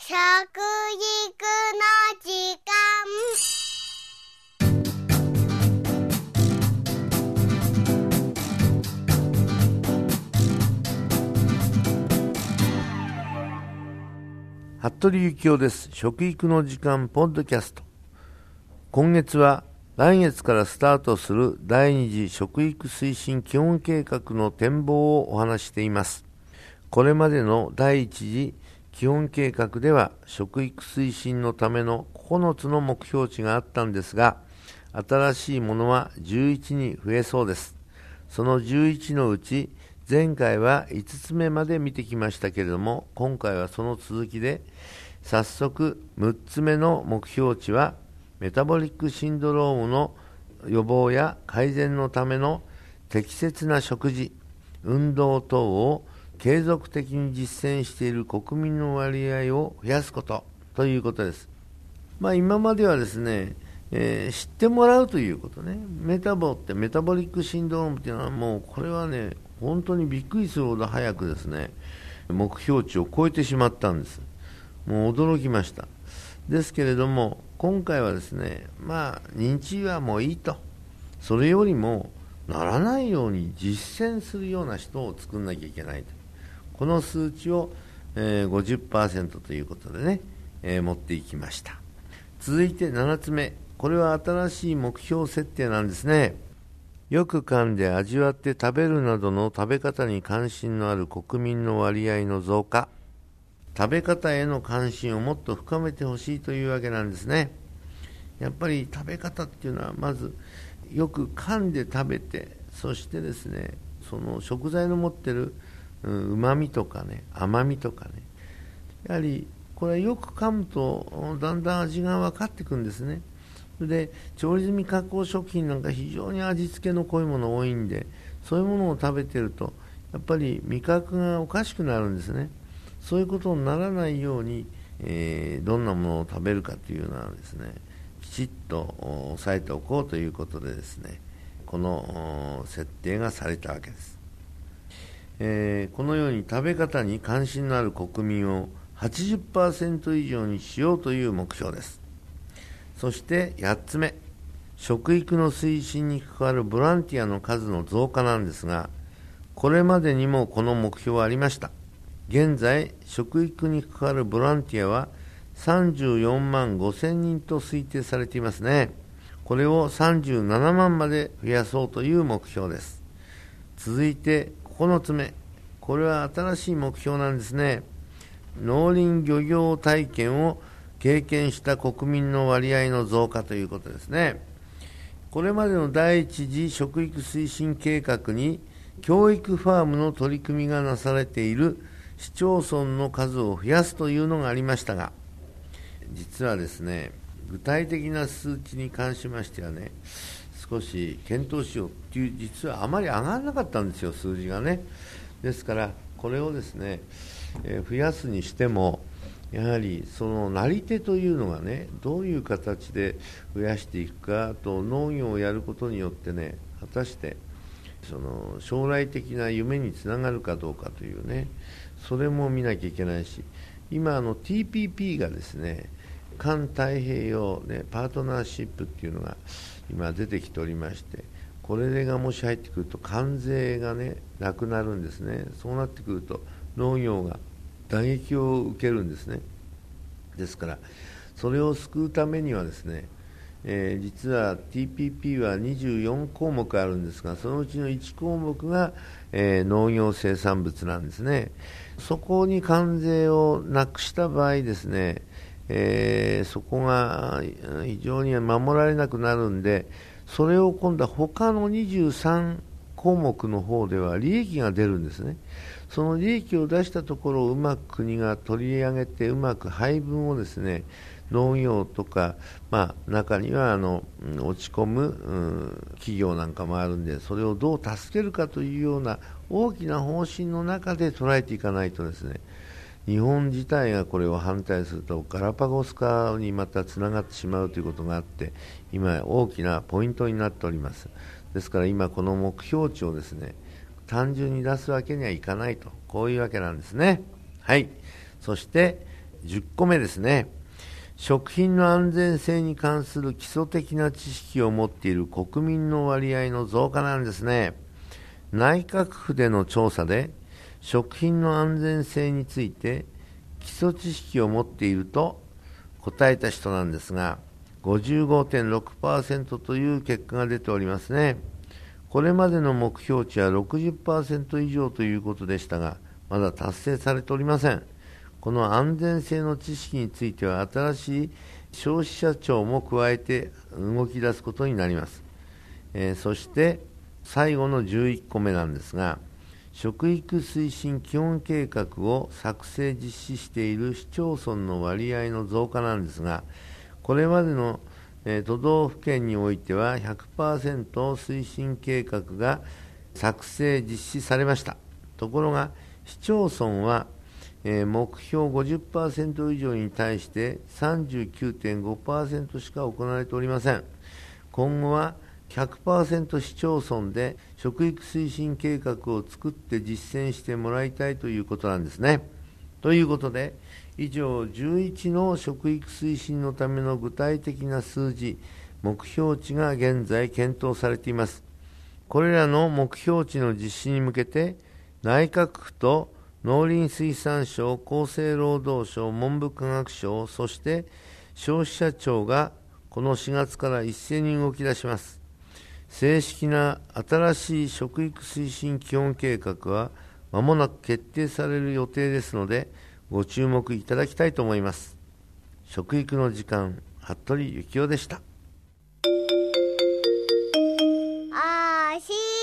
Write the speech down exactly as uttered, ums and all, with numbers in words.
食育の時間。 服部幸男です。食育の時間ポッドキャスト。今月は来月からスタートするだいに次食育推進基本計画の展望をお話しています。これまでのだいいち次基本計画では食育推進のためのここのつの目標値があったんですが、新しいものはじゅういちに増えそうです。そのじゅういちのうち前回はいつつめまで見てきましたけれども、今回はその続きで早速むっつめの目標値はメタボリックシンドロームの予防や改善のための適切な食事、運動等を継続的に実践している国民の割合を増やすことということです。まあ、今まではですね、えー、知ってもらうということね。メタボってメタボリックシンドロームっていうのはもうこれはね、本当にびっくりするほど早くですね、目標値を超えてしまったんです。もう驚きました。ですけれども今回はですね、まあ認知はもういいと、それよりもならないように実践するような人を作んなきゃいけないと、この数値を、えー、ごじゅっパーセント ということでね、えー、持っていきました。続いてななつめ、これは新しい目標設定なんですね。よく噛んで味わって食べるなどの食べ方に関心のある国民の割合の増加、食べ方への関心をもっと深めてほしいというわけなんですね。やっぱり食べ方っていうのはまずよく噛んで食べて、そしてですね、その食材の持ってるうまみとかね、甘みとかね、やはりこれはよく噛むとだんだん味が分かってくるんですね。で調理済み加工食品なんか非常に味付けの濃いもの多いんで、そういうものを食べてるとやっぱり味覚がおかしくなるんですね。そういうことにならないように、えー、どんなものを食べるかというのはですね、きちっと押さえておこうということでですね、この設定がされたわけです。えー、このように食べ方に関心のある国民を はちじゅっパーセント 以上にしようという目標です。そしてやっつめ、食育の推進に関わるボランティアの数の増加なんですが、これまでにもこの目標はありました。現在食育に関わるボランティアはさんじゅうよんまんごせんにんと推定されていますね。これをさんじゅうななまんまで増やそうという目標です。続いてここのつめ、これは新しい目標なんですね。農林漁業体験を経験した国民の割合の増加ということですね。これまでのだいいち次食育推進計画に教育ファームの取り組みがなされている市町村の数を増やすというのがありましたが、実はですね、具体的な数値に関しましてはね、少し検討しようっていう、実はあまり上がらなかったんですよ、数字がね。ですからこれをですね、えー、増やすにしてもやはりそのなり手というのがね、どういう形で増やしていくかと、農業をやることによってね、果たしてその将来的な夢につながるかどうかというね、それも見なきゃいけないし、今あの ティーピーピー がですね、環太平洋、ね、パートナーシップっていうのが今出てきておりまして、これがもし入ってくると関税がねなくなるんですね。そうなってくると農業が打撃を受けるんですね。ですからそれを救うためにはですね、えー、実は ティーピーピー はにじゅうよんこうもくあるんですが、そのうちのいちこうもくが、えー、農業生産物なんですね。そこに関税をなくした場合ですね、えー、そこが非常に守られなくなるんで、それを今度は他のにじゅうさんこうもくの方では利益が出るんですね。その利益を出したところをうまく国が取り上げて、うまく配分をですね、農業とか、まあ、中にはあの落ち込む、うん、企業なんかもあるんで、それをどう助けるかというような大きな方針の中で捉えていかないとですね、日本自体がこれを反対するとガラパゴス化にまたつながってしまうということがあって、今大きなポイントになっております。ですから今この目標値をですね、単純に出すわけにはいかないと、こういうわけなんですね。はい。そしてじゅっこめですね。食品の安全性に関する基礎的な知識を持っている国民の割合の増加なんですね。内閣府での調査で食品の安全性について基礎知識を持っていると答えた人なんですが ごじゅうごてんろくパーセント という結果が出ておりますね。これまでの目標値は ろくじゅっパーセント 以上ということでしたが、まだ達成されておりません。この安全性の知識については新しい消費者庁も加えて動き出すことになります。えー、そして最後のじゅういっこめなんですが、食育推進基本計画を作成実施している市町村の割合の増加なんですが、これまでのえー、都道府県においては ひゃくパーセント 推進計画が作成実施されました。ところが市町村は、えー、目標 ごじゅっパーセント 以上に対して さんじゅうきゅうてんごパーセント しか行われておりません。今後は ひゃくパーセント 市町村で食育推進計画を作って実践してもらいたいということなんですね。ということで以上じゅういちの食育推進のための具体的な数字、目標値が現在検討されています。これらの目標値の実施に向けて内閣府と農林水産省、厚生労働省、文部科学省、そして消費者庁がこのしがつから一斉に動き出します。正式な新しい食育推進基本計画はまもなく決定される予定ですので、ご注目いただきたいと思います。食育の時間、服部幸男でした。 あし